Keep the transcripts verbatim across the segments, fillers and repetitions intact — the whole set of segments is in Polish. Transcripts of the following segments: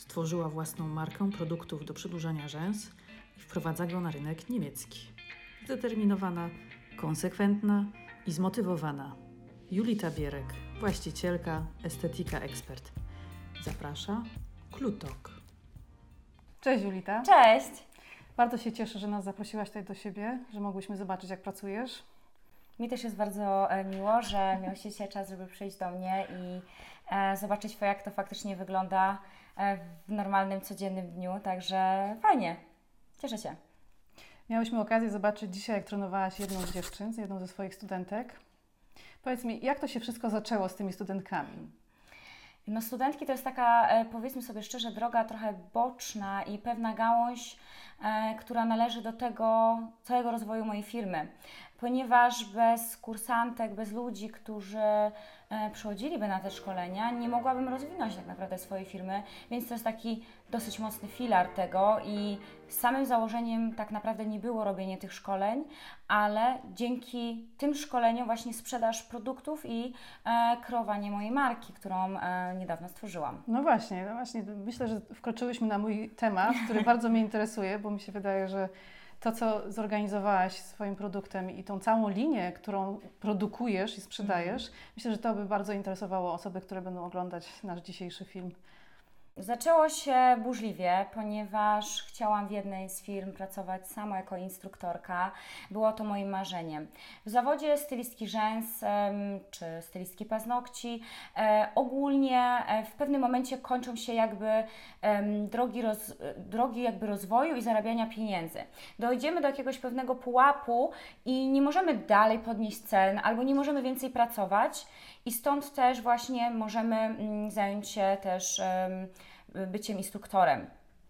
Stworzyła własną markę produktów do przedłużania rzęs i wprowadza go na rynek niemiecki. Zdeterminowana, konsekwentna i zmotywowana. Julita Bierek, właścicielka, estetyka ekspert. Zaprasza Klutok. Cześć Julita. Cześć. Bardzo się cieszę, że nas zaprosiłaś tutaj do siebie, że mogłyśmy zobaczyć, jak pracujesz. Mi też jest bardzo miło, że miałyście dzisiaj czas, żeby przyjść do mnie i e, zobaczyć, jak to faktycznie wygląda e, w normalnym, codziennym dniu. Także fajnie. Cieszę się. Miałyśmy okazję zobaczyć dzisiaj, jak trenowałaś jedną z dziewczyn, jedną ze swoich studentek. Powiedz mi, jak to się wszystko zaczęło z tymi studentkami? No studentki to jest taka, powiedzmy sobie szczerze, droga trochę boczna i pewna gałąź, e, która należy do tego całego rozwoju mojej firmy. Ponieważ bez kursantek, bez ludzi, którzy e, przychodziliby na te szkolenia, nie mogłabym rozwinąć tak naprawdę swojej firmy, więc to jest taki dosyć mocny filar tego i samym założeniem tak naprawdę nie było robienie tych szkoleń, ale dzięki tym szkoleniom właśnie sprzedaż produktów i e, kreowanie mojej marki, którą e, niedawno stworzyłam. No właśnie, no właśnie, myślę, że wkroczyłyśmy na mój temat, który bardzo mnie interesuje, bo mi się wydaje, że to, co zorganizowałaś swoim produktem i tą całą linię, którą produkujesz i sprzedajesz, mm. myślę, że to by bardzo interesowało osoby, które będą oglądać nasz dzisiejszy film. Zaczęło się burzliwie, ponieważ chciałam w jednej z firm pracować sama jako instruktorka. Było to moim marzeniem. W zawodzie stylistki rzęs czy stylistki paznokci ogólnie w pewnym momencie kończą się jakby drogi, roz, drogi jakby rozwoju i zarabiania pieniędzy. Dojdziemy do jakiegoś pewnego pułapu i nie możemy dalej podnieść cen albo nie możemy więcej pracować i stąd też właśnie możemy zająć się też byciem instruktorem.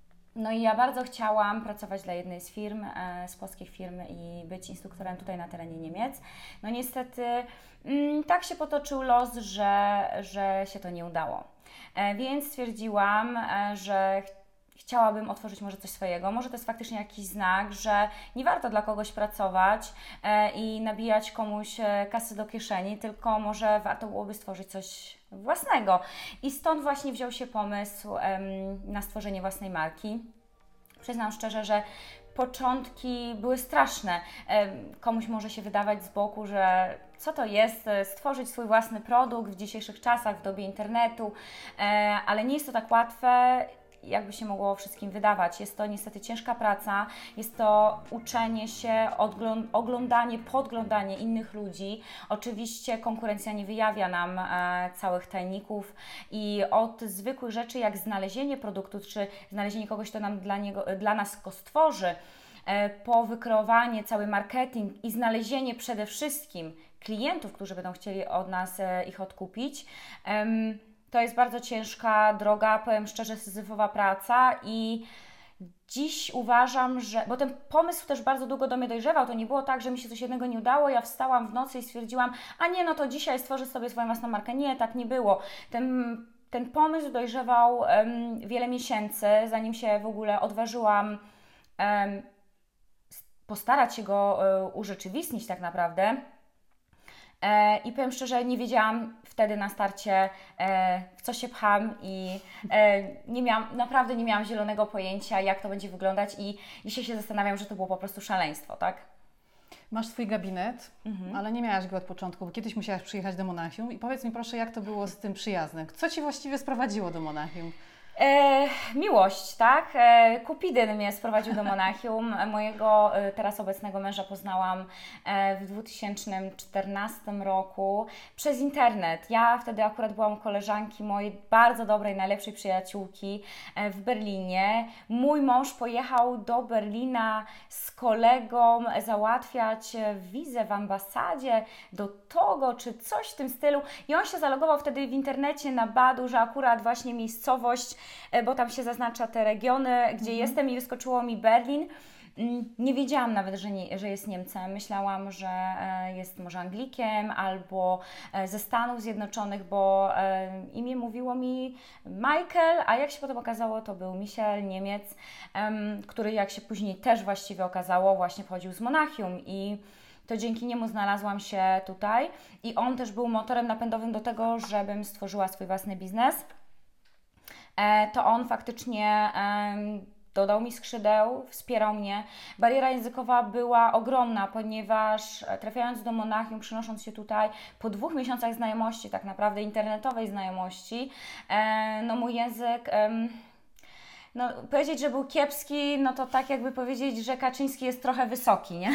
No i ja bardzo chciałam pracować dla jednej z firm, e, z polskich firm i być instruktorem tutaj na terenie Niemiec. No niestety mm, tak się potoczył los, że, że się to nie udało. E, więc stwierdziłam, e, że chciałabym otworzyć może coś swojego. Może to jest faktycznie jakiś znak, że nie warto dla kogoś pracować e, i nabijać komuś e, kasy do kieszeni, tylko może warto byłoby stworzyć coś własnego. I stąd właśnie wziął się pomysł em, na stworzenie własnej marki. Przyznam szczerze, że początki były straszne. Em, komuś może się wydawać z boku, że co to jest stworzyć swój własny produkt w dzisiejszych czasach, w dobie internetu, e, ale nie jest to tak łatwe, jakby się mogło wszystkim wydawać. Jest to niestety ciężka praca, jest to uczenie się, oglądanie, podglądanie innych ludzi. Oczywiście konkurencja nie wyjawia nam e, całych tajników i od zwykłych rzeczy jak znalezienie produktu, czy znalezienie kogoś, kto nam dla, niego, dla nas go stworzy, e, po wykreowanie, cały marketing i znalezienie przede wszystkim klientów, którzy będą chcieli od nas e, ich odkupić, em, to jest bardzo ciężka droga, powiem szczerze, syzyfowa praca i dziś uważam, że, bo ten pomysł też bardzo długo do mnie dojrzewał, to nie było tak, że mi się coś jednego nie udało, ja wstałam w nocy i stwierdziłam, a nie, no to dzisiaj stworzę sobie swoją własną markę. Nie, tak nie było. Ten, ten pomysł dojrzewał um, wiele miesięcy, zanim się w ogóle odważyłam um, postarać się go um, urzeczywistnić tak naprawdę. E, I powiem szczerze, nie wiedziałam wtedy na starcie, e, w co się pcham i e, nie miałam, naprawdę nie miałam zielonego pojęcia, jak to będzie wyglądać i dzisiaj się zastanawiam, że to było po prostu szaleństwo, tak? Masz swój gabinet, mhm. ale nie miałaś go od początku, bo kiedyś musiałaś przyjechać do Monachium i powiedz mi proszę, jak to było z tym przyjazdem? Co Ci właściwie sprowadziło do Monachium? E, miłość, tak? E, Kupidyn mnie sprowadził do Monachium. Mojego e, teraz obecnego męża poznałam e, w dwa tysiące czternastym roku przez internet. Ja wtedy akurat byłam u koleżanki mojej bardzo dobrej, najlepszej przyjaciółki e, w Berlinie. Mój mąż pojechał do Berlina z kolegą załatwiać wizę w ambasadzie do Togo czy coś w tym stylu i on się zalogował wtedy w internecie na Badu, że akurat właśnie miejscowość, bo tam się zaznacza te regiony, gdzie mhm. jestem i wyskoczyło mi Berlin. Nie wiedziałam nawet, że, nie, że jest Niemcem. Myślałam, że jest może Anglikiem albo ze Stanów Zjednoczonych, bo imię mówiło mi Michael, a jak się potem okazało, to był Michel, Niemiec, który jak się później też właściwie okazało, właśnie pochodził z Monachium i to dzięki niemu znalazłam się tutaj i on też był motorem napędowym do tego, żebym stworzyła swój własny biznes. to on faktycznie dodał mi skrzydeł, wspierał mnie. Bariera językowa była ogromna, ponieważ trafiając do Monachium, przynosząc się tutaj po dwóch miesiącach znajomości, tak naprawdę internetowej znajomości, no mój język... No, powiedzieć, że był kiepski, no to tak jakby powiedzieć, że Kaczyński jest trochę wysoki, nie?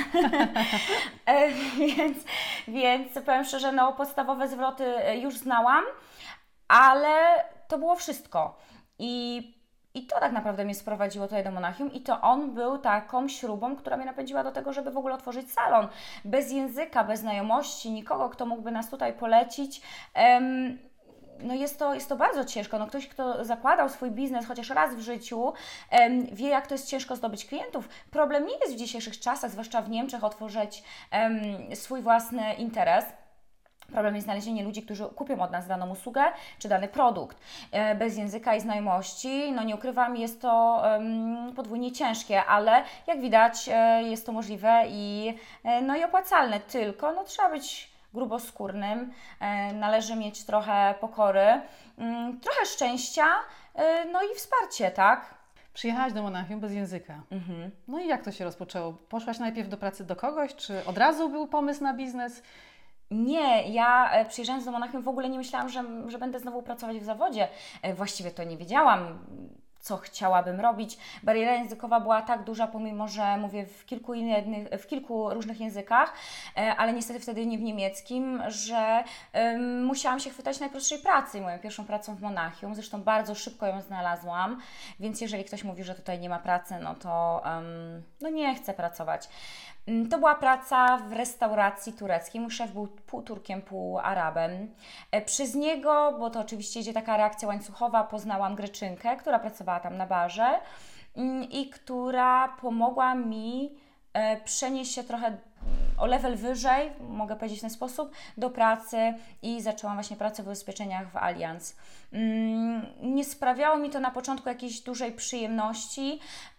e, więc, więc powiem szczerze, no podstawowe zwroty już znałam, ale to było wszystko. I, i to tak naprawdę mnie sprowadziło tutaj do Monachium i to on był taką śrubą, która mnie napędziła do tego, żeby w ogóle otworzyć salon. Bez języka, bez znajomości, nikogo, kto mógłby nas tutaj polecić. Em, No jest to, jest to bardzo ciężko. No ktoś, kto zakładał swój biznes chociaż raz w życiu, um, wie, jak to jest ciężko zdobyć klientów. Problem nie jest w dzisiejszych czasach, zwłaszcza w Niemczech, otworzyć um, swój własny interes. Problem jest znalezienie ludzi, którzy kupią od nas daną usługę czy dany produkt. E, bez języka i znajomości, no nie ukrywam, jest to um, podwójnie ciężkie, ale jak widać e, jest to możliwe i, e, no i opłacalne, tylko no, trzeba być gruboskórnym, e, należy mieć trochę pokory, mm, trochę szczęścia, e, no i wsparcie, tak? Przyjechałaś do Monachium bez języka. Mhm. No i jak to się rozpoczęło? Poszłaś najpierw do pracy do kogoś, czy od razu był pomysł na biznes? Nie, ja e, przyjeżdżając do Monachium w ogóle nie myślałam, że, że będę znowu pracować w zawodzie. E, właściwie to nie wiedziałam, co chciałabym robić. Bariera językowa była tak duża, pomimo że mówię w kilku, innych, w kilku różnych językach, ale niestety wtedy nie w niemieckim, że um, musiałam się chwytać najprostszej pracy. Moją pierwszą pracą w Monachium, zresztą bardzo szybko ją znalazłam, więc jeżeli ktoś mówi, że tutaj nie ma pracy, no to um, no nie chcę pracować. To była praca w restauracji tureckiej. Mój szef był pół Turkiem, pół Arabem. Przez niego, bo to oczywiście idzie taka reakcja łańcuchowa, poznałam Greczynkę, która pracowała tam na barze i która pomogła mi przenieść się trochę o level wyżej, mogę powiedzieć w ten sposób, do pracy i zaczęłam właśnie pracę w ubezpieczeniach w Allianz. Nie sprawiało mi to na początku jakiejś dużej przyjemności.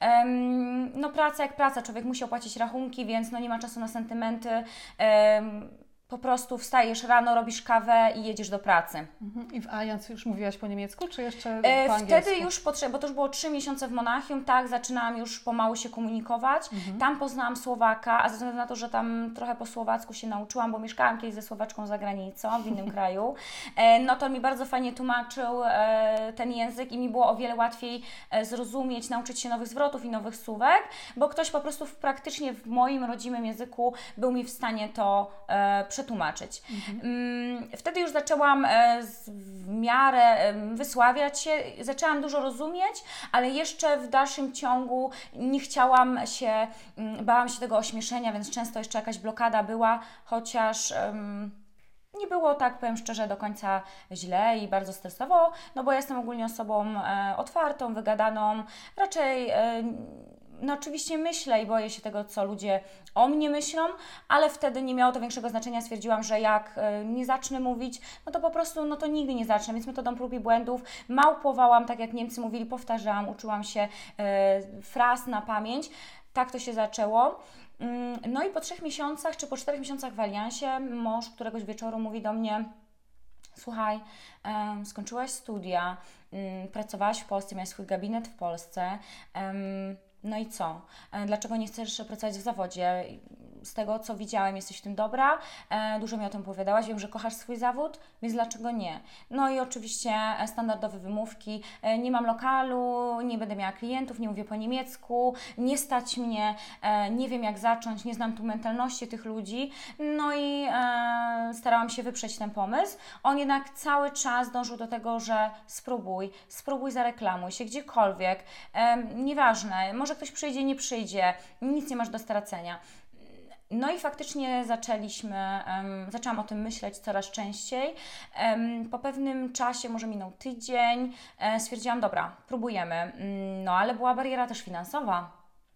No praca jak praca, człowiek musi opłacić rachunki, więc no nie ma czasu na sentymenty. Po prostu wstajesz rano, robisz kawę i jedziesz do pracy. Mhm. I w Allianz już mówiłaś po niemiecku, czy jeszcze e, po angielsku? Wtedy już, potrze- bo to już było trzy miesiące w Monachium, tak, zaczynałam już pomału się komunikować. Mhm. Tam poznałam Słowaka, a ze względu na to, że tam trochę po słowacku się nauczyłam, bo mieszkałam kiedyś ze Słowaczką za granicą, w innym kraju, e, no to mi bardzo fajnie tłumaczył e, ten język i mi było o wiele łatwiej e, zrozumieć, nauczyć się nowych zwrotów i nowych słówek, bo ktoś po prostu w, praktycznie w moim rodzimym języku był mi w stanie to e, przetłumaczyć. Mhm. Wtedy już zaczęłam w miarę wysławiać się, zaczęłam dużo rozumieć, ale jeszcze w dalszym ciągu nie chciałam się, bałam się tego ośmieszenia, więc często jeszcze jakaś blokada była, chociaż um, nie było tak, powiem szczerze, do końca źle i bardzo stresowo, no bo ja jestem ogólnie osobą e, otwartą, wygadaną, raczej e, no oczywiście myślę i boję się tego, co ludzie o mnie myślą, ale wtedy nie miało to większego znaczenia. Stwierdziłam, że jak y, nie zacznę mówić, no to po prostu, no to nigdy nie zacznę, więc metodą prób i błędów małpowałam, tak jak Niemcy mówili, powtarzałam, uczyłam się y, fraz na pamięć. Tak to się zaczęło. Mm, no i po trzech miesiącach, czy po czterech miesiącach w Aliansie mąż któregoś wieczoru mówi do mnie: słuchaj, um, skończyłaś studia, um, pracowałaś w Polsce, miałaś swój gabinet w Polsce, um, no i co? Dlaczego nie chcesz pracować w zawodzie? Z tego, co widziałem, jesteś w tym dobra, dużo mi o tym opowiadałaś, wiem, że kochasz swój zawód, więc dlaczego nie? No i oczywiście standardowe wymówki, nie mam lokalu, nie będę miała klientów, nie mówię po niemiecku, nie stać mnie, nie wiem jak zacząć, nie znam tu mentalności tych ludzi, no i starałam się wyprzeć ten pomysł. On jednak cały czas dążył do tego, że spróbuj, spróbuj, zareklamuj się gdziekolwiek, nieważne, może ktoś przyjdzie, nie przyjdzie, nic nie masz do stracenia. No i faktycznie zaczęliśmy, um, zaczęłam o tym myśleć coraz częściej. Um, po pewnym czasie, może minął tydzień, e, stwierdziłam, dobra, próbujemy. Mm, no ale była bariera też finansowa,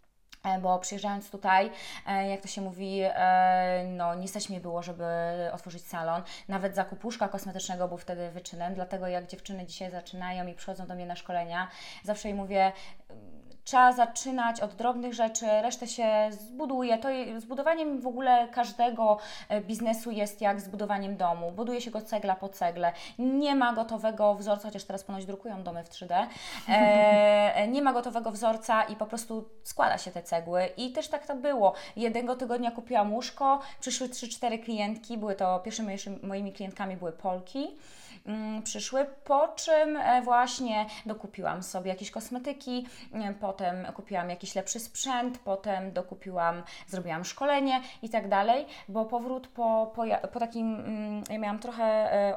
e, bo przyjeżdżając tutaj, e, jak to się mówi, e, no nie stać mnie było, żeby otworzyć salon. Nawet zakup łóżka kosmetycznego był wtedy wyczynem, dlatego jak dziewczyny dzisiaj zaczynają i przychodzą do mnie na szkolenia, zawsze jej mówię: trzeba zaczynać od drobnych rzeczy, resztę się zbuduje. To je- zbudowaniem w ogóle każdego e, biznesu jest jak zbudowaniem domu. Buduje się go cegla po cegle. Nie ma gotowego wzorca, chociaż teraz ponoć drukują domy w trzy D. E, nie ma gotowego wzorca i po prostu składa się te cegły. I też tak to było. Jednego tygodnia kupiłam łóżko, przyszły trzy cztery klientki, były to pierwszymi moimi klientkami były Polki. Przyszły, po czym e, właśnie dokupiłam sobie jakieś kosmetyki, e, potem kupiłam jakiś lepszy sprzęt, potem dokupiłam, zrobiłam szkolenie i tak dalej, bo powrót po, po, ja- po takim, mm, ja miałam trochę, e,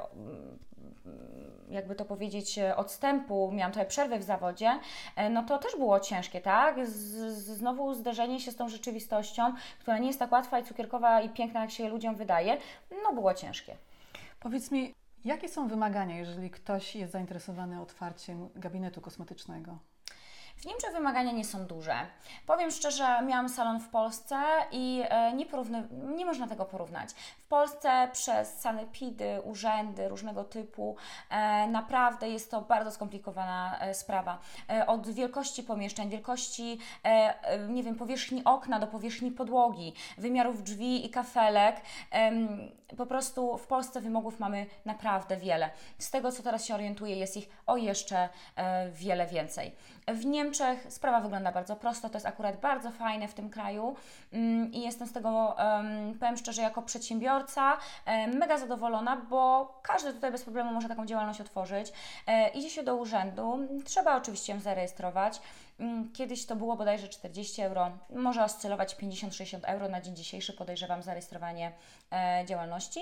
jakby to powiedzieć, e, odstępu, miałam trochę przerwy w zawodzie, e, no to też było ciężkie, tak? Z, z, znowu zderzenie się z tą rzeczywistością, która nie jest tak łatwa i cukierkowa i piękna, jak się ludziom wydaje, no było ciężkie. Powiedz mi, jakie są wymagania, jeżeli ktoś jest zainteresowany otwarciem gabinetu kosmetycznego? W Niemczech wymagania nie są duże. Powiem szczerze, miałam salon w Polsce i e, nie, porówny, nie można tego porównać. W Polsce przez sanepidy, urzędy różnego typu e, naprawdę jest to bardzo skomplikowana e, sprawa. E, od wielkości pomieszczeń, wielkości e, e, nie wiem, powierzchni okna do powierzchni podłogi, wymiarów drzwi i kafelek. Em, po prostu w Polsce wymogów mamy naprawdę wiele. Z tego, co teraz się orientuję, jest ich o jeszcze e, wiele więcej. W Niemczech sprawa wygląda bardzo prosto, to jest akurat bardzo fajne w tym kraju mm, i jestem z tego, um, powiem szczerze, jako przedsiębiorca e, mega zadowolona, bo każdy tutaj bez problemu może taką działalność otworzyć. E, idzie się do urzędu, trzeba oczywiście ją zarejestrować. Mm, Kiedyś to było bodajże czterdzieści euro, może oscylować pięćdziesiąt sześćdziesiąt euro na dzień dzisiejszy, podejrzewam, zarejestrowanie e, działalności.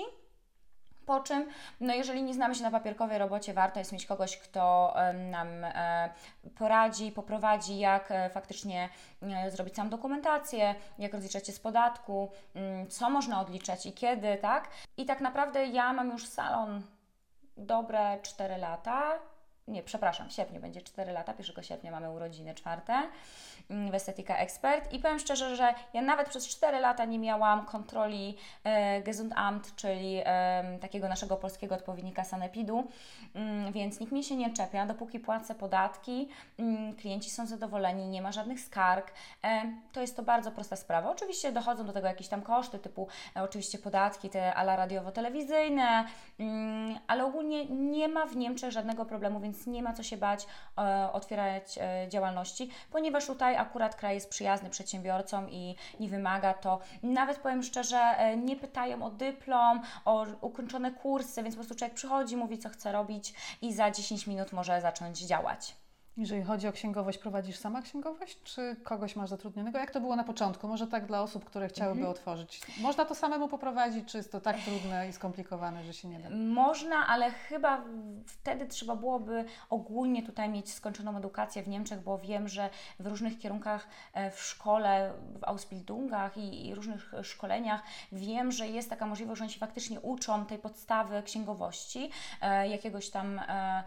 Po czym, no jeżeli nie znamy się na papierkowej robocie, warto jest mieć kogoś, kto em, nam e, poradzi, poprowadzi, jak e, faktycznie e, zrobić samą dokumentację, jak rozliczać się z podatku, mm, co można odliczać i kiedy, tak? I tak naprawdę ja mam już salon dobre cztery lata. Nie, przepraszam, w sierpniu będzie cztery lata, pierwszego sierpnia mamy urodziny czwarte w Estetyka Expert i powiem szczerze, że ja nawet przez cztery lata nie miałam kontroli e, Gesundamt, czyli e, takiego naszego polskiego odpowiednika sanepidu, mm, więc nikt mnie się nie czepia, dopóki płacę podatki, mm, klienci są zadowoleni, nie ma żadnych skarg, e, to jest to bardzo prosta sprawa. Oczywiście dochodzą do tego jakieś tam koszty, typu e, oczywiście podatki, te ala radiowo-telewizyjne, mm, ale ogólnie nie ma w Niemczech żadnego problemu, więc nie ma co się bać e, otwierać e, działalności, ponieważ tutaj akurat kraj jest przyjazny przedsiębiorcom i nie wymaga to. Nawet powiem szczerze, e, nie pytają o dyplom, o ukończone kursy, więc po prostu człowiek przychodzi, mówi co chce robić i za dziesięć minut może zacząć działać. Jeżeli chodzi o księgowość, prowadzisz sama księgowość, czy kogoś masz zatrudnionego? Jak to było na początku? Może tak dla osób, które chciałyby Mhm. otworzyć. Można to samemu poprowadzić, czy jest to tak trudne i skomplikowane, że się nie da? Można, ale chyba w- wtedy trzeba byłoby ogólnie tutaj mieć skończoną edukację w Niemczech, bo wiem, że w różnych kierunkach e, w szkole, w Ausbildungach i, i różnych e, szkoleniach wiem, że jest taka możliwość, że oni się faktycznie uczą tej podstawy księgowości, e, jakiegoś tam e,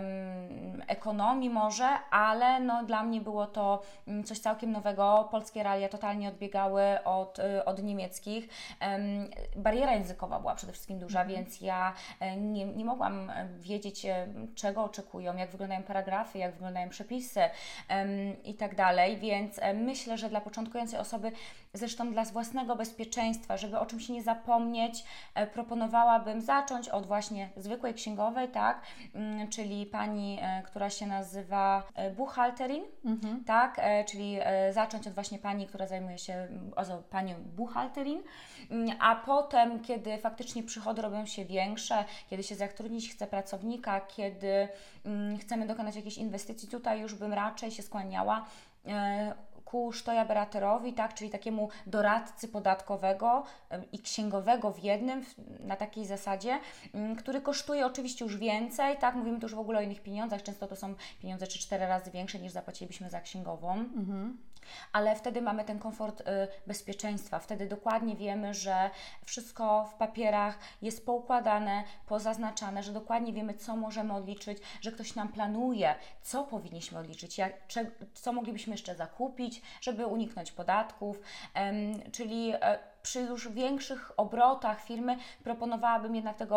em, ekonomii może, ale no, dla mnie było to mm, coś całkiem nowego. Polskie realia totalnie odbiegały od, y, od niemieckich. Em, Bariera językowa była przede wszystkim duża, więc ja e, nie, nie mogłam e, wiedzieć, e, czego oczekują, jak wyglądają paragrafy, jak wyglądają przepisy em, i tak dalej, więc e, myślę, że dla początkującej osoby, zresztą dla własnego bezpieczeństwa, żeby o czymś nie zapomnieć, e, proponowałabym zacząć od właśnie zwykłej księgowej, tak, Mm, czyli pani, e, która się nazywa e, Buchhalterin, Mhm. tak, e, czyli e, zacząć od właśnie pani, która zajmuje się mm, o, panią Buchhalterin, Mm, a potem, kiedy faktycznie przychody robią się większe, kiedy się zatrudnić chce pracownika, kiedy mm, chcemy dokonać jakiejś inwestycji, tutaj już bym raczej się skłaniała e, ku Steuerberaterowi, tak, czyli takiemu doradcy podatkowego em, i księgowego w jednym, w, na takiej zasadzie, m, który kosztuje oczywiście już więcej, tak, mówimy tu już w ogóle o innych pieniądzach, często to są pieniądze trzy cztery razy większe niż zapłacilibyśmy za księgową. Mhm. Ale wtedy mamy ten komfort y, bezpieczeństwa. Wtedy dokładnie wiemy, że wszystko w papierach jest poukładane, pozaznaczane, że dokładnie wiemy, co możemy odliczyć, że ktoś nam planuje, co powinniśmy odliczyć, jak, cze, co moglibyśmy jeszcze zakupić, żeby uniknąć podatków. Em, czyli e, przy już większych obrotach firmy proponowałabym jednak tego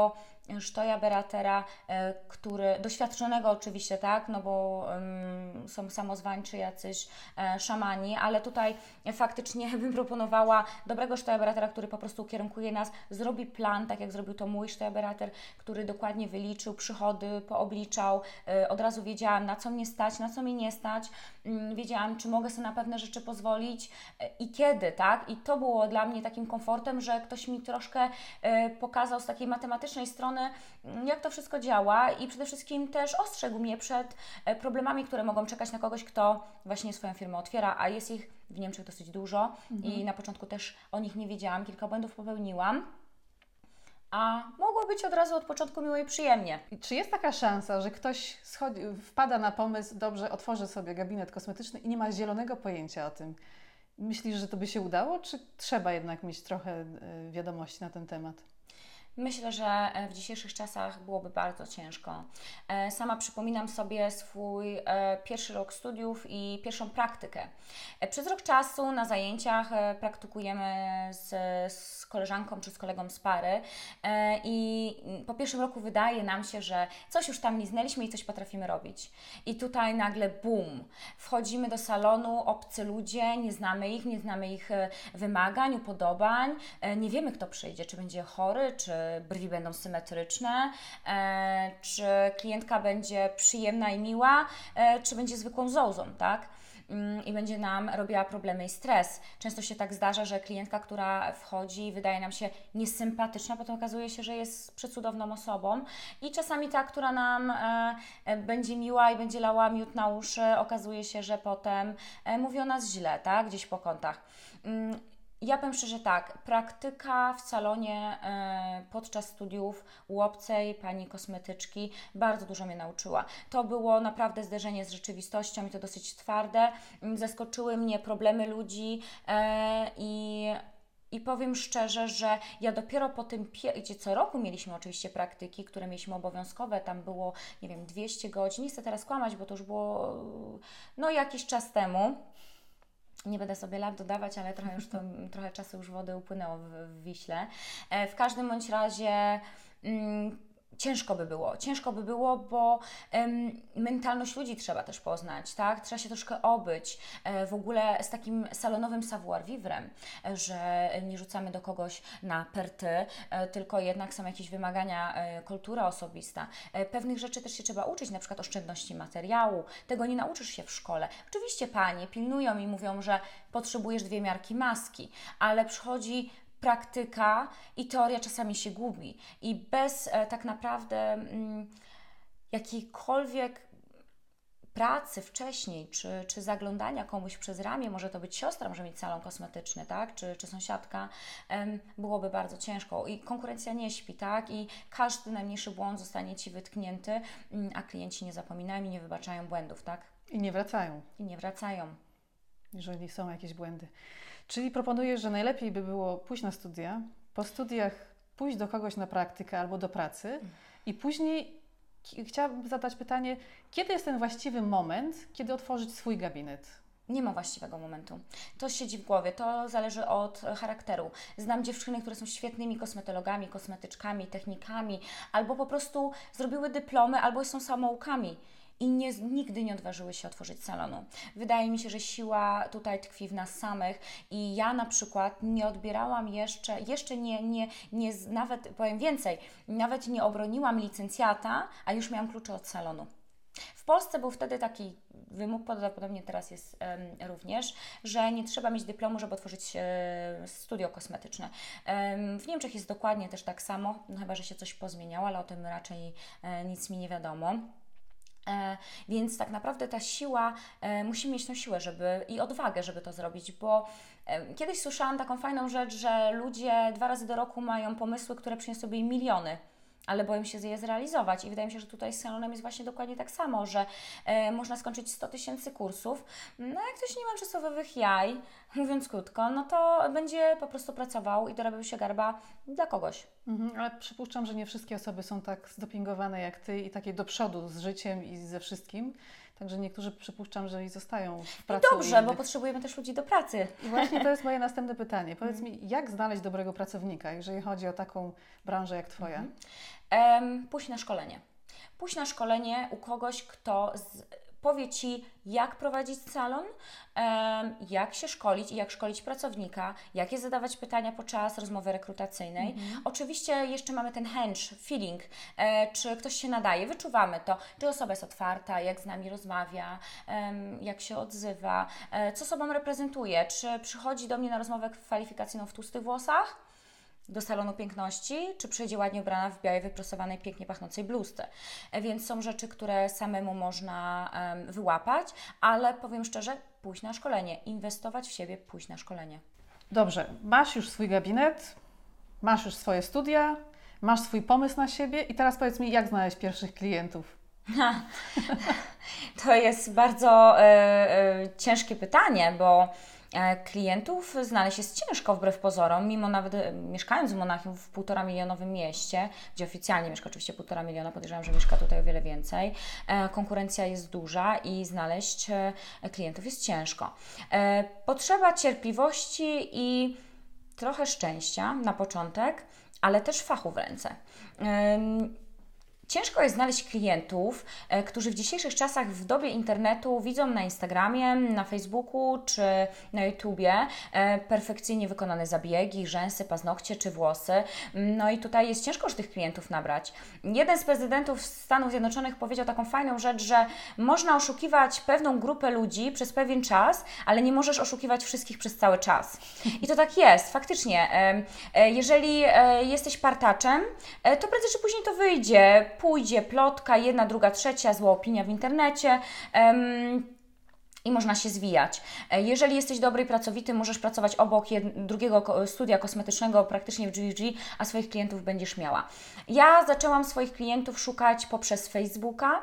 Sztoja Beratera, e, który, doświadczonego oczywiście, tak, no bo um, są samozwańczy jacyś e, szamani, ale tutaj faktycznie bym proponowała dobrego Sztoja Beratera, który po prostu ukierunkuje nas, zrobi plan, tak jak zrobił to mój Sztoja Berater, który dokładnie wyliczył przychody, poobliczał, e, od razu wiedziałam, na co mnie stać, na co mnie nie stać, mm, wiedziałam, czy mogę sobie na pewne rzeczy pozwolić e, i kiedy, tak, i to było dla mnie takim komfortem, że ktoś mi troszkę e, pokazał z takiej matematycznej strony, jak to wszystko działa i przede wszystkim też ostrzegł mnie przed problemami, które mogą czekać na kogoś, kto właśnie swoją firmę otwiera, a jest ich w Niemczech dosyć dużo mhm. i na początku też o nich nie wiedziałam, kilka błędów popełniłam, a mogło być od razu od początku miło i przyjemnie. I czy jest taka szansa, że ktoś schodzi, wpada na pomysł, dobrze, otworzy sobie gabinet kosmetyczny i nie ma zielonego pojęcia o tym? Myślisz, że to by się udało, czy trzeba jednak mieć trochę wiadomości na ten temat? Myślę, że w dzisiejszych czasach byłoby bardzo ciężko. Sama przypominam sobie swój pierwszy rok studiów i pierwszą praktykę. Przez rok czasu na zajęciach praktykujemy z, z koleżanką czy z kolegą z pary i po pierwszym roku wydaje nam się, że coś już tam liznęliśmy i coś potrafimy robić. I tutaj nagle bum, wchodzimy do salonu, obcy ludzie, nie znamy ich, nie znamy ich wymagań, upodobań, nie wiemy kto przyjdzie, czy będzie chory, czy brwi będą symetryczne, e, czy klientka będzie przyjemna i miła, e, czy będzie zwykłą zołzą, tak? I będzie nam robiła problemy i stres. Często się tak zdarza, że klientka, która wchodzi, wydaje nam się niesympatyczna, potem okazuje się, że jest przecudowną osobą i czasami ta, która nam e, będzie miła i będzie lała miód na uszy, okazuje się, że potem e, mówi o nas źle, tak? Gdzieś po kątach. Mm, Ja powiem szczerze tak, praktyka w salonie e, podczas studiów u obcej pani kosmetyczki bardzo dużo mnie nauczyła. To było naprawdę zderzenie z rzeczywistością i to dosyć twarde. Zaskoczyły mnie problemy ludzi e, i I powiem szczerze, że ja dopiero po tym, gdzie co roku mieliśmy oczywiście praktyki, które mieliśmy obowiązkowe, tam było, nie wiem, dwieście godzin, nie chcę teraz kłamać, bo to już było no jakiś czas temu. Nie będę sobie lat dodawać, ale trochę już to, trochę czasu już wody upłynęło w, w Wiśle. E, w każdym bądź razie mm, ciężko by było, ciężko by było, bo em, mentalność ludzi trzeba też poznać, tak? Trzeba się troszkę obyć e, w ogóle z takim salonowym savoir-vivre, e, że nie rzucamy do kogoś na perty, e, tylko jednak są jakieś wymagania, e, kultura osobista. E, pewnych rzeczy też się trzeba uczyć, na przykład oszczędności materiału. Tego nie nauczysz się w szkole. Oczywiście panie pilnują i mówią, że potrzebujesz dwie miarki maski, ale przychodzi praktyka i teoria czasami się gubi i bez e, tak naprawdę mm, jakiejkolwiek pracy wcześniej, czy, czy zaglądania komuś przez ramię, może to być siostra, może mieć salon kosmetyczny, tak, czy, czy sąsiadka, em, byłoby bardzo ciężko i konkurencja nie śpi, tak, i każdy najmniejszy błąd zostanie Ci wytknięty, mm, a klienci nie zapominają i nie wybaczają błędów, tak. I nie wracają. I nie wracają. Jeżeli są jakieś błędy. Czyli proponujesz, że najlepiej by było pójść na studia, po studiach pójść do kogoś na praktykę albo do pracy i później chciałabym zadać pytanie, kiedy jest ten właściwy moment, kiedy otworzyć swój gabinet? Nie ma właściwego momentu. To siedzi w głowie, to zależy od charakteru. Znam dziewczyny, które są świetnymi kosmetologami, kosmetyczkami, technikami, albo po prostu zrobiły dyplomy, albo są samoukami. I nie, nigdy nie odważyły się otworzyć salonu. Wydaje mi się, że siła tutaj tkwi w nas samych i ja na przykład nie odbierałam jeszcze, jeszcze nie, nie, nie nawet, powiem więcej, nawet nie obroniłam licencjata, a już miałam klucze od salonu. W Polsce był wtedy taki wymóg, podobnie teraz jest um, również, że nie trzeba mieć dyplomu, żeby otworzyć e, studio kosmetyczne. Um, w Niemczech jest dokładnie też tak samo, no chyba że się coś pozmieniało, ale o tym raczej e, nic mi nie wiadomo. E, więc tak naprawdę ta siła, e, musimy mieć tą siłę żeby, i odwagę, żeby to zrobić, bo e, kiedyś słyszałam taką fajną rzecz, że ludzie dwa razy do roku mają pomysły, które przyniosą im miliony, ale boją się je zrealizować i wydaje mi się, że tutaj z salonem jest właśnie dokładnie tak samo, że e, można skończyć sto tysięcy kursów, no jak ktoś nie ma czasowych jaj, mówiąc krótko, no to będzie po prostu pracował i dorobił się garba dla kogoś. Mhm, ale przypuszczam, że nie wszystkie osoby są tak zdopingowane jak Ty i takie do przodu z życiem i ze wszystkim. Także niektórzy przypuszczam, że i zostają w I pracy. dobrze, bo potrzebujemy też ludzi do pracy. I właśnie to jest moje następne pytanie. Powiedz mi, jak znaleźć dobrego pracownika, jeżeli chodzi o taką branżę jak Twoja? Um, pójść na szkolenie. Pójść na szkolenie u kogoś, kto z, powie Ci, jak prowadzić salon, um, jak się szkolić i jak szkolić pracownika, jakie zadawać pytania podczas rozmowy rekrutacyjnej. Mhm. Oczywiście jeszcze mamy ten hunch, feeling, e, czy ktoś się nadaje, wyczuwamy to, czy osoba jest otwarta, jak z nami rozmawia, um, jak się odzywa, e, co sobą reprezentuje, czy przychodzi do mnie na rozmowę kwalifikacyjną w tłustych włosach, do salonu piękności, czy przyjdzie ładnie ubrana w białej, wyprostowanej, pięknie pachnącej bluzce. Więc są rzeczy, które samemu można um, wyłapać, ale powiem szczerze, pójść na szkolenie, inwestować w siebie, pójść na szkolenie. Dobrze, masz już swój gabinet, masz już swoje studia, masz swój pomysł na siebie i teraz powiedz mi, jak znaleźć pierwszych klientów? To jest bardzo e, e, ciężkie pytanie, bo klientów znaleźć jest ciężko wbrew pozorom, mimo nawet mieszkając w Monachium w półtora milionowym mieście, gdzie oficjalnie mieszka oczywiście półtora miliona, podejrzewam, że mieszka tutaj o wiele więcej. Konkurencja jest duża i znaleźć klientów jest ciężko. Potrzeba cierpliwości i trochę szczęścia na początek, ale też fachu w ręce. Ciężko jest znaleźć klientów, e, którzy w dzisiejszych czasach w dobie internetu widzą na Instagramie, na Facebooku czy na YouTubie e, perfekcyjnie wykonane zabiegi, rzęsy, paznokcie czy włosy. No i tutaj jest ciężko już tych klientów nabrać. Jeden z prezydentów Stanów Zjednoczonych powiedział taką fajną rzecz, że można oszukiwać pewną grupę ludzi przez pewien czas, ale nie możesz oszukiwać wszystkich przez cały czas. I to tak jest, faktycznie. E, e, jeżeli e, jesteś partaczem, e, to prędzej czy później to wyjdzie. Pójdzie plotka, jedna, druga, trzecia, zła opinia w internecie um, i można się zwijać. Jeżeli jesteś dobry i pracowity, możesz pracować obok jed- drugiego studia kosmetycznego praktycznie w drzwi w drzwi, a swoich klientów będziesz miała. Ja zaczęłam swoich klientów szukać poprzez Facebooka.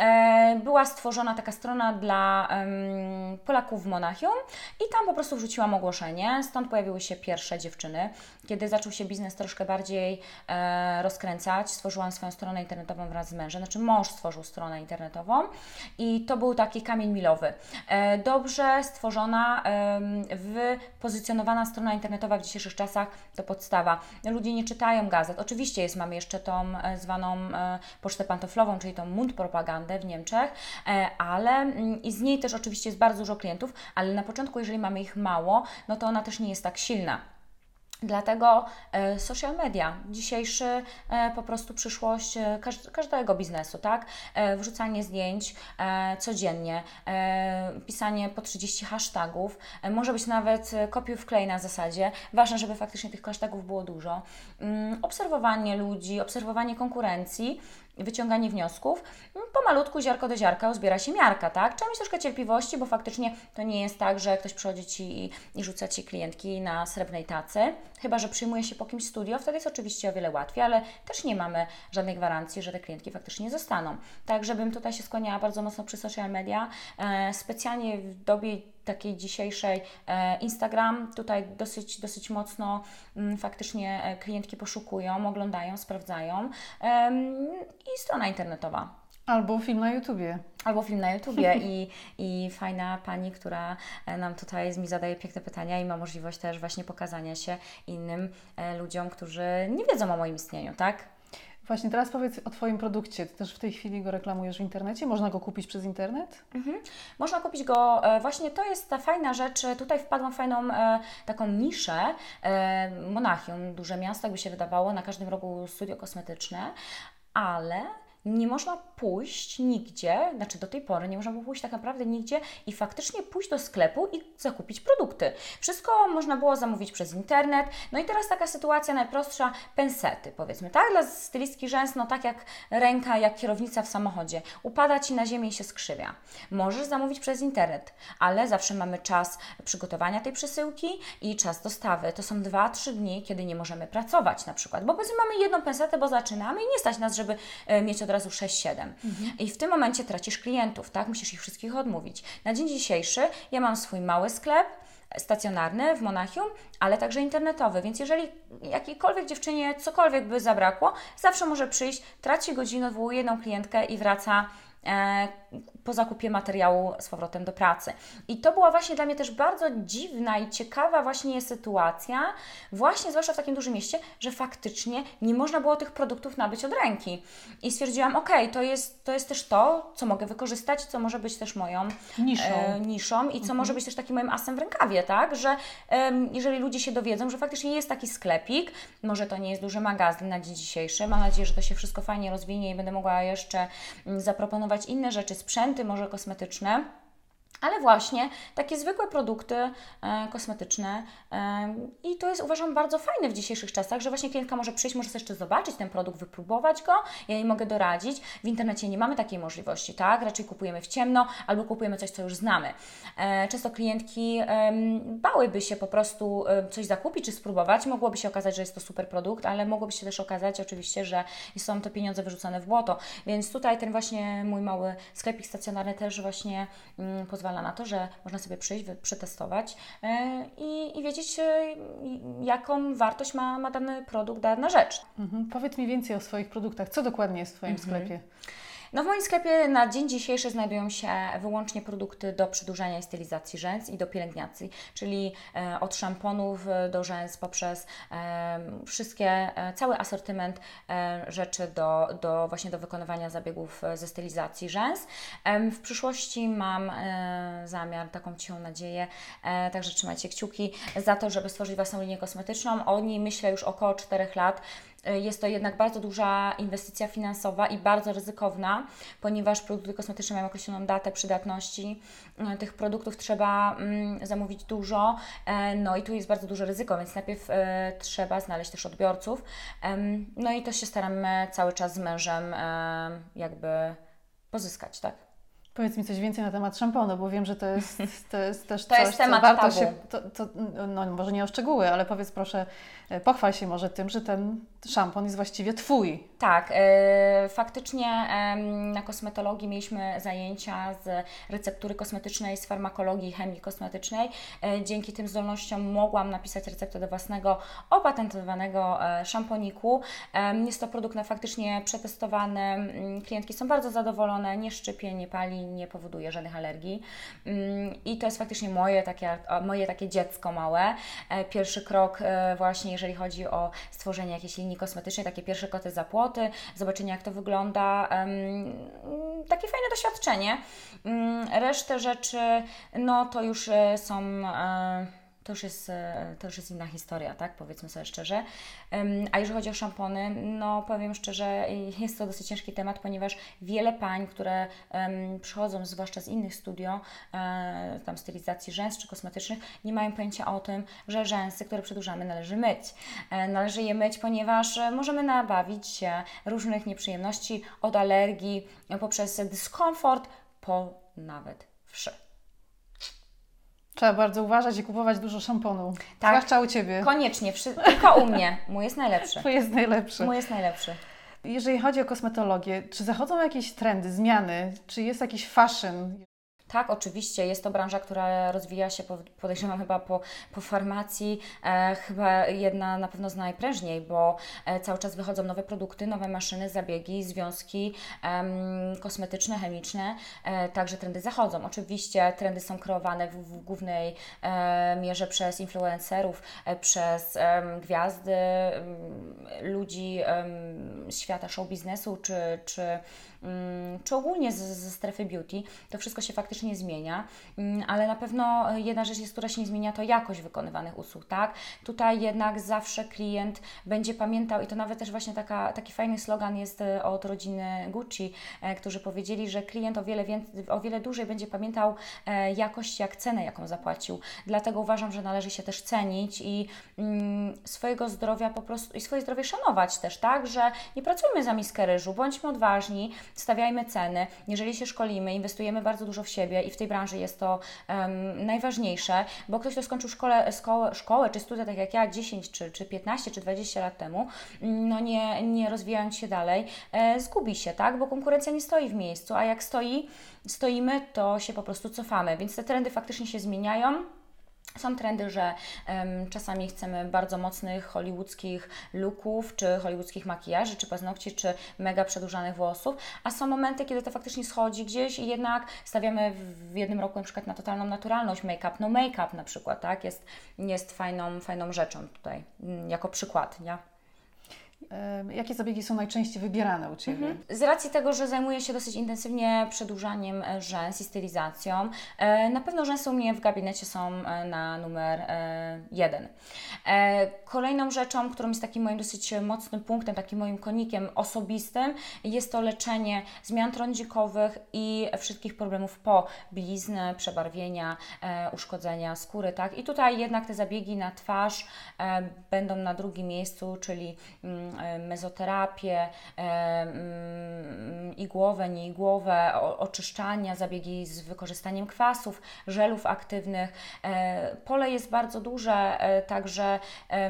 E, była stworzona taka strona dla um, Polaków w Monachium i tam po prostu wrzuciłam ogłoszenie, stąd pojawiły się pierwsze dziewczyny. Kiedy zaczął się biznes troszkę bardziej e, rozkręcać, stworzyłam swoją stronę internetową wraz z mężem, znaczy mąż stworzył stronę internetową i to był taki kamień milowy. E, dobrze stworzona, e, wypozycjonowana strona internetowa w dzisiejszych czasach to podstawa. Ludzie nie czytają gazet. Oczywiście jest, mamy jeszcze tą e, zwaną e, pocztę pantoflową, czyli tą Mundpropagandę w Niemczech, e, ale mm, i z niej też oczywiście jest bardzo dużo klientów, ale na początku, jeżeli mamy ich mało, no to ona też nie jest tak silna. Dlatego e, social media, dzisiejszy e, po prostu przyszłość e, każ- każdego biznesu, tak? E, wrzucanie zdjęć e, codziennie, e, pisanie po trzydzieści hashtagów, e, może być nawet e, kopiuj wklej na zasadzie, ważne, żeby faktycznie tych hashtagów było dużo. Mm, obserwowanie ludzi, obserwowanie konkurencji, wyciąganie wniosków, pomalutku, ziarko do ziarka uzbiera się miarka, tak? Trzeba mieć troszkę cierpliwości, bo faktycznie to nie jest tak, że ktoś przychodzi Ci i, i rzuca Ci klientki na srebrnej tacy, chyba że przyjmuje się po kimś studio, wtedy jest oczywiście o wiele łatwiej, ale też nie mamy żadnej gwarancji, że te klientki faktycznie zostaną. Tak, żebym tutaj się skłaniała bardzo mocno przy social media, e, specjalnie w dobie takiej dzisiejszej e, Instagram, tutaj dosyć, dosyć mocno m, faktycznie e, klientki poszukują, oglądają, sprawdzają e, i strona internetowa. Albo film na YouTubie. Albo film na YouTubie i, i fajna pani, która nam tutaj mi zadaje piękne pytania i ma możliwość też właśnie pokazania się innym e, ludziom, którzy nie wiedzą o moim istnieniu, tak? Właśnie teraz powiedz o Twoim produkcie. Ty też w tej chwili go reklamujesz w internecie? Można go kupić przez internet? Mhm. Można kupić go, e, właśnie to jest ta fajna rzecz, tutaj wpadłam w fajną e, taką niszę, e, Monachium, duże miasto, jakby się wydawało, na każdym rogu studio kosmetyczne, ale nie można pójść nigdzie, znaczy do tej pory nie można było pójść tak naprawdę nigdzie i faktycznie pójść do sklepu i zakupić produkty. Wszystko można było zamówić przez internet. No i teraz taka sytuacja najprostsza, pensety powiedzmy, tak? Dla stylistki rzęs, no tak jak ręka, jak kierownica w samochodzie. Upada Ci na ziemię i się skrzywia. Możesz zamówić przez internet, ale zawsze mamy czas przygotowania tej przesyłki i czas dostawy. To są dwa trzy dni, kiedy nie możemy pracować na przykład, bo powiedzmy mamy jedną pensetę, bo zaczynamy i nie stać nas, żeby mieć od razu sześć siedem. Mhm. I w tym momencie tracisz klientów, tak? Musisz ich wszystkich odmówić. Na dzień dzisiejszy ja mam swój mały sklep stacjonarny w Monachium, ale także internetowy, więc jeżeli jakiejkolwiek dziewczynie cokolwiek by zabrakło, zawsze może przyjść, traci godzinę, odwołuje jedną klientkę i wraca e, po zakupie materiału z powrotem do pracy. I to była właśnie dla mnie też bardzo dziwna i ciekawa właśnie sytuacja, właśnie zwłaszcza w takim dużym mieście, że faktycznie nie można było tych produktów nabyć od ręki. I stwierdziłam, ok, to jest, to jest też to, co mogę wykorzystać, co może być też moją Niszą. e, niszą i co Mhm. może być też takim moim asem w rękawie, tak, że em, jeżeli ludzie się dowiedzą, że faktycznie jest taki sklepik, może to nie jest duży magazyn na dzień dzisiejszy, mam nadzieję, że to się wszystko fajnie rozwinie i będę mogła jeszcze mm, zaproponować inne rzeczy, sprzęty może kosmetyczne, ale właśnie takie zwykłe produkty e, kosmetyczne e, i to jest, uważam, bardzo fajne w dzisiejszych czasach, że właśnie klientka może przyjść, może sobie jeszcze zobaczyć ten produkt, wypróbować go, ja jej mogę doradzić. W internecie nie mamy takiej możliwości, tak? Raczej kupujemy w ciemno albo kupujemy coś, co już znamy. E, często klientki e, bałyby się po prostu e, coś zakupić czy spróbować. Mogłoby się okazać, że jest to super produkt, ale mogłoby się też okazać oczywiście, że są to pieniądze wyrzucone w błoto. Więc tutaj ten właśnie mój mały sklepik stacjonarny też właśnie mm, pozwala na to, że można sobie przyjść, przetestować yy, i, i wiedzieć, yy, jaką wartość ma, ma dany produkt, dana rzecz. Mhm. Powiedz mi więcej o swoich produktach. Co dokładnie jest w Twoim Mhm. sklepie? No w moim sklepie na dzień dzisiejszy znajdują się wyłącznie produkty do przedłużania i stylizacji rzęs i do pielęgnacji, czyli e, od szamponów do rzęs poprzez e, wszystkie, e, cały asortyment e, rzeczy do, do właśnie do wykonywania zabiegów ze stylizacji rzęs. E, w przyszłości mam e, zamiar, taką cichą nadzieję, e, także trzymajcie kciuki za to, żeby stworzyć własną linię kosmetyczną. O niej myślę już około czterech lat. Jest to jednak bardzo duża inwestycja finansowa i bardzo ryzykowna, ponieważ produkty kosmetyczne mają określoną datę przydatności. Tych produktów trzeba mm, zamówić dużo, e, no i tu jest bardzo duże ryzyko, więc najpierw e, trzeba znaleźć też odbiorców. E, no i to się staramy cały czas z mężem e, jakby pozyskać, tak? Powiedz mi coś więcej na temat szamponu, bo wiem, że to jest, to jest też To coś, jest temat co warto tabu. się, to, to, no może nie o szczegóły, ale powiedz proszę, pochwal się może tym, że ten szampon jest właściwie Twój. Tak, e, faktycznie e, na kosmetologii mieliśmy zajęcia z receptury kosmetycznej, z farmakologii, chemii kosmetycznej. E, dzięki tym zdolnościom mogłam napisać receptę do własnego opatentowanego e, szamponiku. E, jest to produkt na faktycznie przetestowany, mm, klientki są bardzo zadowolone, nie szczypie, nie pali, nie powoduje żadnych alergii. Mm, I to jest faktycznie moje takie, moje takie dziecko małe. E, pierwszy krok e, właśnie, jeżeli chodzi o stworzenie jakiejś linii kosmetycznej, takie pierwsze koty za płoty, zobaczenie jak to wygląda, um, takie fajne doświadczenie. Um, resztę rzeczy, no to już e, są, e, to już jest, e, to już jest inna historia, tak, powiedzmy sobie szczerze. Um, a jeżeli chodzi o szampony, no powiem szczerze, jest to dosyć ciężki temat, ponieważ wiele pań, które um, przychodzą zwłaszcza z innych studio, e, tam stylizacji rzęs czy kosmetycznych, nie mają pojęcia o tym, że rzęsy, które przedłużamy, należy myć. E, należy je myć, ponieważ możemy nabawić się różnych nieprzyjemności, od alergii, poprzez dyskomfort, po nawet wszy. Trzeba bardzo uważać i kupować dużo szamponu. Tak. Zwłaszcza u Ciebie. Koniecznie, wszy, tylko u mnie. Mój jest najlepszy. To jest najlepsze. Mój jest najlepszy. Jeżeli chodzi o kosmetologię, czy zachodzą jakieś trendy, zmiany? Czy jest jakiś fashion? Tak, oczywiście. Jest to branża, która rozwija się, podejrzewam, chyba po, po farmacji, e, chyba jedna na pewno z najprężniej, bo e, cały czas wychodzą nowe produkty, nowe maszyny, zabiegi, związki e, kosmetyczne, chemiczne, e, także trendy zachodzą. Oczywiście trendy są kreowane w, w głównej e, mierze przez influencerów, e, przez e, gwiazdy, e, ludzi e, z świata show biznesu, czy, czy czy ogólnie ze strefy beauty, to wszystko się faktycznie zmienia, ale na pewno jedna rzecz jest, która się nie zmienia, to jakość wykonywanych usług, tak? Tutaj jednak zawsze klient będzie pamiętał i to nawet też właśnie taka, taki fajny slogan jest od rodziny Gucci, którzy powiedzieli, że klient o wiele, więcej, o wiele dłużej będzie pamiętał jakość jak cenę, jaką zapłacił. Dlatego uważam, że należy się też cenić i mm, swojego zdrowia po prostu i swoje zdrowie szanować też, tak? Że nie pracujmy za miskę ryżu, bądźmy odważni, stawiajmy ceny, jeżeli się szkolimy, inwestujemy bardzo dużo w siebie i w tej branży jest to um, najważniejsze, bo ktoś, kto skończył szkole, szkołę, szkołę czy studia, tak jak ja, dziesięć, czy, czy piętnaście, czy dwadzieścia lat temu, no nie, nie rozwijając się dalej, e, zgubi się, tak, bo konkurencja nie stoi w miejscu, a jak stoi, stoimy, to się po prostu cofamy, więc te trendy faktycznie się zmieniają. Są trendy, że um, czasami chcemy bardzo mocnych hollywoodzkich looków, czy hollywoodzkich makijaży, czy paznokci, czy mega przedłużanych włosów, a są momenty, kiedy to faktycznie schodzi gdzieś i jednak stawiamy w jednym roku na przykład na totalną naturalność, make-up, no make-up na przykład, tak, jest, jest fajną, fajną rzeczą tutaj, jako przykład, nie? Jakie zabiegi są najczęściej wybierane u Ciebie? Mhm. Z racji tego, że zajmuję się dosyć intensywnie przedłużaniem rzęs i stylizacją, e, na pewno rzęsy u mnie w gabinecie są e, na numer e, jeden. E, kolejną rzeczą, którą jest takim moim dosyć mocnym punktem, takim moim konikiem osobistym, jest to leczenie zmian trądzikowych i wszystkich problemów po blizny, przebarwienia, e, uszkodzenia skóry, tak? I tutaj jednak te zabiegi na twarz e, będą na drugim miejscu, czyli mm, mezoterapię, igłowe, nieigłowe, oczyszczania, zabiegi z wykorzystaniem kwasów, żelów aktywnych. Pole jest bardzo duże, także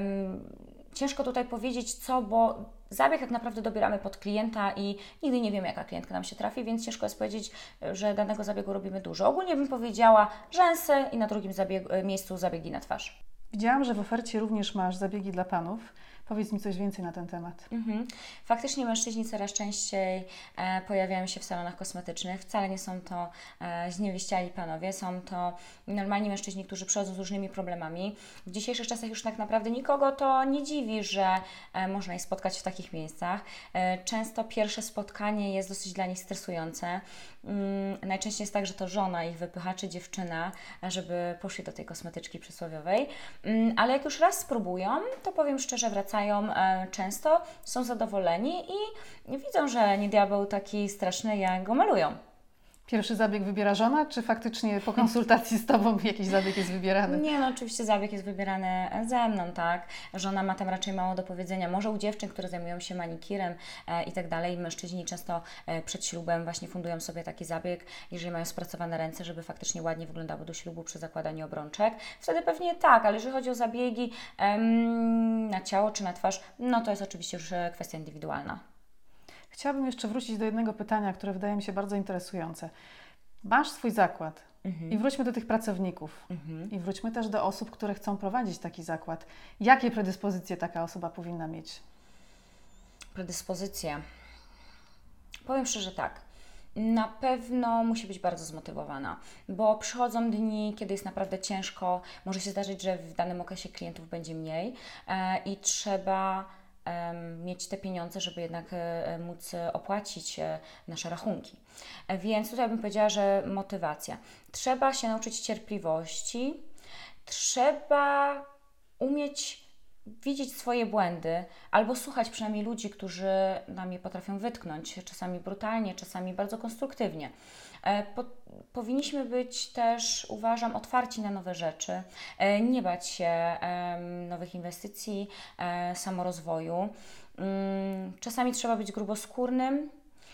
ciężko tutaj powiedzieć co, bo zabieg tak naprawdę dobieramy pod klienta i nigdy nie wiemy, jaka klientka nam się trafi, więc ciężko jest powiedzieć, że danego zabiegu robimy dużo. Ogólnie bym powiedziała rzęsy i na drugim zabieg- miejscu zabiegi na twarz. Widziałam, że w ofercie również masz zabiegi dla panów. Powiedz mi coś więcej na ten temat. Mhm. Faktycznie mężczyźni coraz częściej e, pojawiają się w salonach kosmetycznych. Wcale nie są to e, zniewieściali panowie, są to normalni mężczyźni, którzy przychodzą z różnymi problemami. W dzisiejszych czasach już tak naprawdę nikogo to nie dziwi, że e, można ich spotkać w takich miejscach. E, często pierwsze spotkanie jest dosyć dla nich stresujące. Mm, najczęściej jest tak, że to żona ich wypycha, czy dziewczyna, żeby poszli do tej kosmetyczki przysłowiowej. Mm, ale jak już raz spróbują, to powiem szczerze, wracają często, są zadowoleni i widzą, że nie diabeł taki straszny, jak go malują. Pierwszy zabieg wybiera żona, czy faktycznie po konsultacji z Tobą jakiś zabieg jest wybierany? Nie, no oczywiście zabieg jest wybierany ze mną, tak. Żona ma tam raczej mało do powiedzenia. Może u dziewczyn, które zajmują się manikirem e, i tak dalej. Mężczyźni często e, przed ślubem właśnie fundują sobie taki zabieg, jeżeli mają spracowane ręce, żeby faktycznie ładnie wyglądało do ślubu przy zakładaniu obrączek. Wtedy pewnie tak, ale jeżeli chodzi o zabiegi em, na ciało czy na twarz, no to jest oczywiście już kwestia indywidualna. Chciałabym jeszcze wrócić do jednego pytania, które wydaje mi się bardzo interesujące. Masz swój zakład mhm. i wróćmy do tych pracowników mhm. i wróćmy też do osób, które chcą prowadzić taki zakład. Jakie predyspozycje taka osoba powinna mieć? Predyspozycje? Powiem szczerze tak. Na pewno musi być bardzo zmotywowana, bo przychodzą dni, kiedy jest naprawdę ciężko. Może się zdarzyć, że w danym okresie klientów będzie mniej e, i trzeba mieć te pieniądze, żeby jednak móc opłacić nasze rachunki. Więc tutaj bym powiedziała, że motywacja. Trzeba się nauczyć cierpliwości, trzeba umieć widzieć swoje błędy albo słuchać przynajmniej ludzi, którzy nam je potrafią wytknąć, czasami brutalnie, czasami bardzo konstruktywnie. Po, powinniśmy być też, uważam, otwarci na nowe rzeczy, nie bać się um, nowych inwestycji, um, samorozwoju. Um, czasami trzeba być gruboskórnym,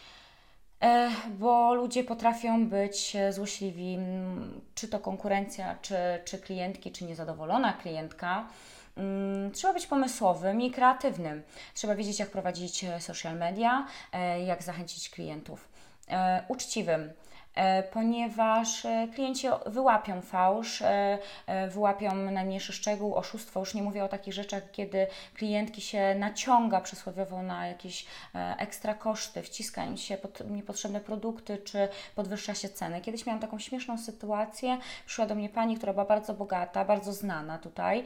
um, bo ludzie potrafią być złośliwi, um, czy to konkurencja, czy, czy klientki, czy niezadowolona klientka. Um, trzeba być pomysłowym i kreatywnym. Trzeba wiedzieć, jak prowadzić social media, um, jak zachęcić klientów. Um, uczciwym. Ponieważ klienci wyłapią fałsz, wyłapią najmniejszy szczegół, oszustwo. Już nie mówię o takich rzeczach, kiedy klientki się naciąga przysłowiowo na jakieś ekstra koszty, wciska im się pod niepotrzebne produkty, czy podwyższa się ceny. Kiedyś miałam taką śmieszną sytuację, przyszła do mnie pani, która była bardzo bogata, bardzo znana tutaj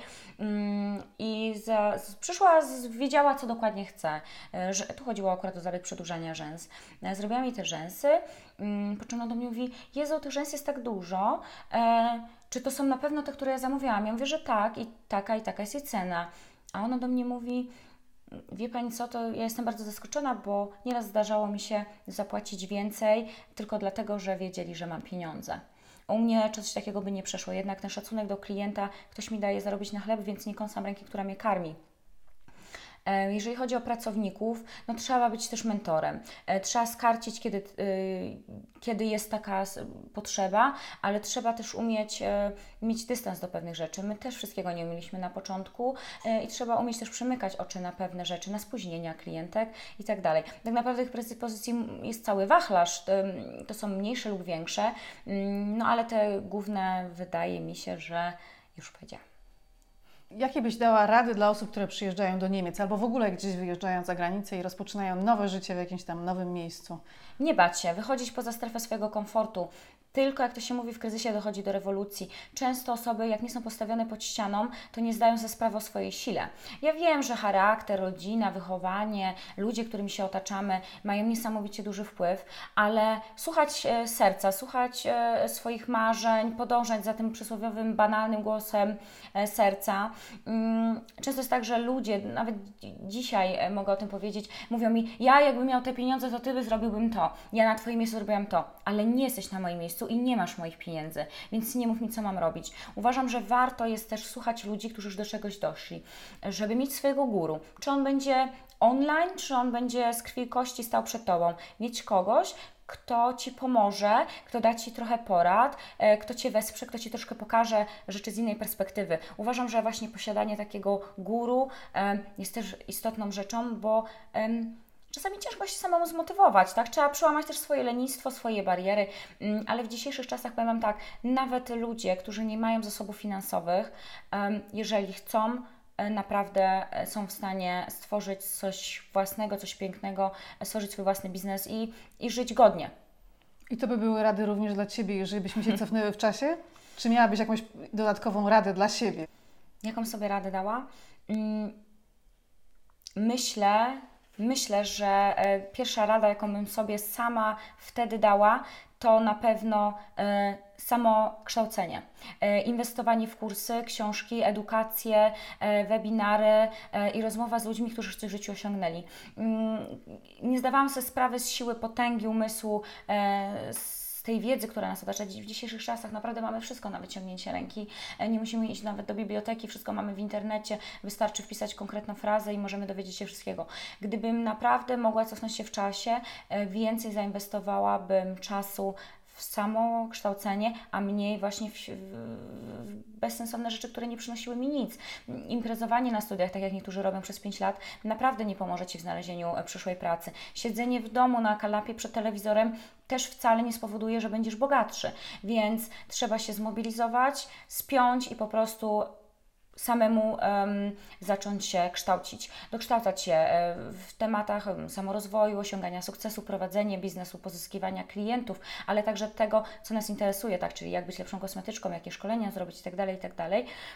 i za, przyszła, wiedziała, co dokładnie chce. Że, tu chodziło akurat o zabieg przedłużania rzęs. Zrobiłam jej te rzęsy, po czym ona do mnie mówi: Jezu, tych rzęs jest tak dużo, e, czy to są na pewno te, które ja zamówiłam? Ja mówię, że tak i taka i taka jest jej cena. A ona do mnie mówi: wie Pani co, to ja jestem bardzo zaskoczona, bo nieraz zdarzało mi się zapłacić więcej tylko dlatego, że wiedzieli, że mam pieniądze. U mnie coś takiego by nie przeszło, jednak ten szacunek do klienta, ktoś mi daje zarobić na chleb, więc nie kąsam ręki, która mnie karmi. Jeżeli chodzi o pracowników, no trzeba być też mentorem. Trzeba skarcić, kiedy, kiedy jest taka potrzeba, ale trzeba też umieć mieć dystans do pewnych rzeczy. My też wszystkiego nie umieliśmy na początku i trzeba umieć też przymykać oczy na pewne rzeczy, na spóźnienia klientek i tak dalej. Tak naprawdę tych predyspozycji jest cały wachlarz, to są mniejsze lub większe, no ale te główne wydaje mi się, że już powiedziałam. Jakie byś dała rady dla osób, które przyjeżdżają do Niemiec albo w ogóle gdzieś wyjeżdżają za granicę i rozpoczynają nowe życie w jakimś tam nowym miejscu? Nie bać się, wychodzić poza strefę swojego komfortu. Tylko, jak to się mówi, w kryzysie dochodzi do rewolucji. Często osoby, jak nie są postawione pod ścianą, to nie zdają sobie sprawy o swojej sile. Ja wiem, że charakter, rodzina, wychowanie, ludzie, którymi się otaczamy, mają niesamowicie duży wpływ, ale słuchać e, serca, słuchać e, swoich marzeń, podążać za tym przysłowiowym, banalnym głosem e, serca. Mm, często jest tak, że ludzie, nawet dzisiaj e, mogę o tym powiedzieć, mówią mi, ja jakbym miał te pieniądze, to Ty by zrobiłbym to. Ja na Twoim miejscu zrobiłam to, ale nie jesteś na moim miejscu i nie masz moich pieniędzy, więc nie mów mi, co mam robić. Uważam, że warto jest też słuchać ludzi, którzy już do czegoś doszli, żeby mieć swojego guru. Czy on będzie online, czy on będzie z krwi i kości stał przed Tobą. Mieć kogoś, kto Ci pomoże, kto da Ci trochę porad, kto Cię wesprze, kto Ci troszkę pokaże rzeczy z innej perspektywy. Uważam, że właśnie posiadanie takiego guru jest też istotną rzeczą, bo czasami ciężko się samemu zmotywować, tak? Trzeba przełamać też swoje lenistwo, swoje bariery, ale w dzisiejszych czasach powiem Wam tak, nawet ludzie, którzy nie mają zasobów finansowych, jeżeli chcą, naprawdę są w stanie stworzyć coś własnego, coś pięknego, stworzyć swój własny biznes i, i żyć godnie. I to by były rady również dla Ciebie, jeżeli byśmy się cofnęły w czasie? Czy miałabyś jakąś dodatkową radę dla siebie? Jaką sobie radę dała? Myślę, Myślę, że pierwsza rada, jaką bym sobie sama wtedy dała, to na pewno e, samo kształcenie. E, inwestowanie w kursy, książki, edukację, e, webinary e, i rozmowa z ludźmi, którzy już coś w życiu osiągnęli. Mm, nie zdawałam sobie sprawy z siły potęgi umysłu, e, z tej wiedzy, która nas otacza. W dzisiejszych czasach naprawdę mamy wszystko na wyciągnięcie ręki. Nie musimy iść nawet do biblioteki, wszystko mamy w internecie, wystarczy wpisać konkretną frazę i możemy dowiedzieć się wszystkiego. Gdybym naprawdę mogła cofnąć się w czasie, więcej zainwestowałabym czasu w samo kształcenie, a mniej właśnie w, w, w bezsensowne rzeczy, które nie przynosiły mi nic. Imprezowanie na studiach, tak jak niektórzy robią przez pięć lat, naprawdę nie pomoże Ci w znalezieniu przyszłej pracy. Siedzenie w domu na kanapie przed telewizorem też wcale nie spowoduje, że będziesz bogatszy. Więc trzeba się zmobilizować, spiąć i po prostu samemu um, zacząć się kształcić, dokształcać się w tematach samorozwoju, osiągania sukcesu, prowadzenia biznesu, pozyskiwania klientów, ale także tego, co nas interesuje, tak, czyli jak być lepszą kosmetyczką, jakie szkolenia zrobić itd., itd.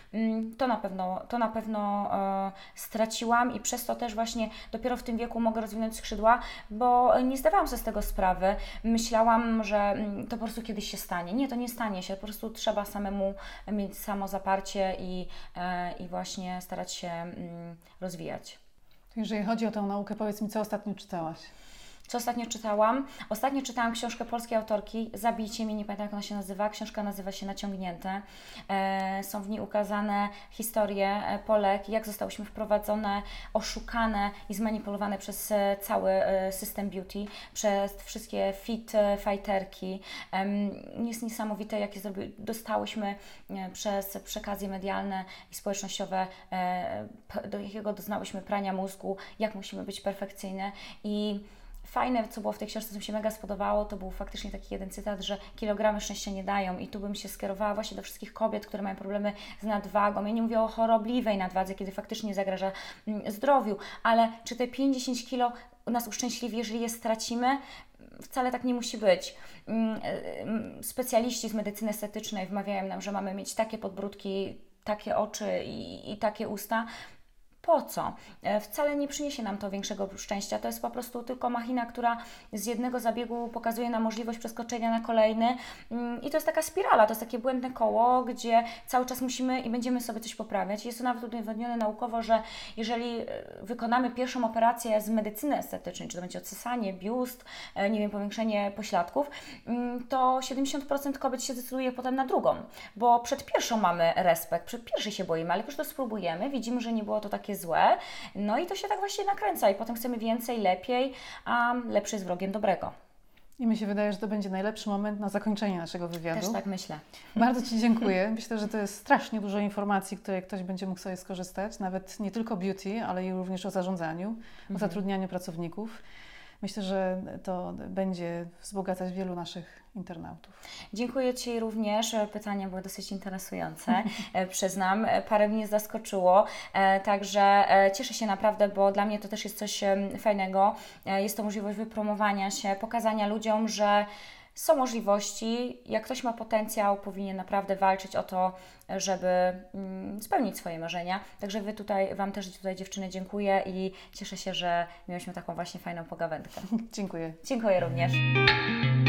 To na pewno, to na pewno e, straciłam i przez to też właśnie dopiero w tym wieku mogę rozwinąć skrzydła, bo nie zdawałam sobie z tego sprawy. Myślałam, że to po prostu kiedyś się stanie. Nie, to nie stanie się, po prostu trzeba samemu mieć samozaparcie i e, i właśnie starać się mm, rozwijać. Jeżeli chodzi o tę naukę, powiedz mi, co ostatnio czytałaś? Co ostatnio czytałam? Ostatnio czytałam książkę polskiej autorki, Zabijcie mnie, nie pamiętam jak ona się nazywa. Książka nazywa się Naciągnięte. E, są w niej ukazane historie Polek, jak zostałyśmy wprowadzone, oszukane i zmanipulowane przez cały system beauty, przez wszystkie fit fighterki. E, jest niesamowite, jakie zrobi, dostałyśmy przez przekazy medialne i społecznościowe, e, do jakiego doznałyśmy prania mózgu, jak musimy być perfekcyjne i fajne, co było w tej książce, co mi się mega spodobało, to był faktycznie taki jeden cytat, że kilogramy szczęścia nie dają i tu bym się skierowała właśnie do wszystkich kobiet, które mają problemy z nadwagą. Ja nie mówię o chorobliwej nadwadze, kiedy faktycznie zagraża zdrowiu, ale czy te pięć do dziesięciu kilo nas uszczęśliwi, jeżeli je stracimy? Wcale tak nie musi być. Specjaliści z medycyny estetycznej wmawiają nam, że mamy mieć takie podbródki, takie oczy i, i takie usta. Po co? Wcale nie przyniesie nam to większego szczęścia. To jest po prostu tylko machina, która z jednego zabiegu pokazuje nam możliwość przeskoczenia na kolejny i to jest taka spirala, to jest takie błędne koło, gdzie cały czas musimy i będziemy sobie coś poprawiać. Jest to nawet udowodnione naukowo, że jeżeli wykonamy pierwszą operację z medycyny estetycznej, czy to będzie odsysanie, biust, nie wiem, powiększenie pośladków, to siedemdziesiąt procent kobiet się decyduje potem na drugą, bo przed pierwszą mamy respekt, przed pierwszej się boimy, ale jak już to spróbujemy, widzimy, że nie było to takie złe, no i to się tak właśnie nakręca i potem chcemy więcej, lepiej, a lepszy jest wrogiem dobrego. I mi się wydaje, że to będzie najlepszy moment na zakończenie naszego wywiadu. Też tak myślę. Bardzo Ci dziękuję. Myślę, że to jest strasznie dużo informacji, które ktoś będzie mógł sobie skorzystać, nawet nie tylko beauty, ale i również o zarządzaniu, mhm. o zatrudnianiu pracowników. myślę, że to będzie wzbogacać wielu naszych internautów. Dziękuję Ci również. Pytania były dosyć interesujące, przyznam. Parę mnie zaskoczyło, także cieszę się naprawdę, bo dla mnie to też jest coś fajnego. Jest to możliwość wypromowania się, pokazania ludziom, że są możliwości, jak ktoś ma potencjał, powinien naprawdę walczyć o to, żeby mm, spełnić swoje marzenia. Także Wy tutaj, Wam też tutaj dziewczyny dziękuję i cieszę się, że miałyśmy taką właśnie fajną pogawędkę. Dziękuję. Dziękuję również.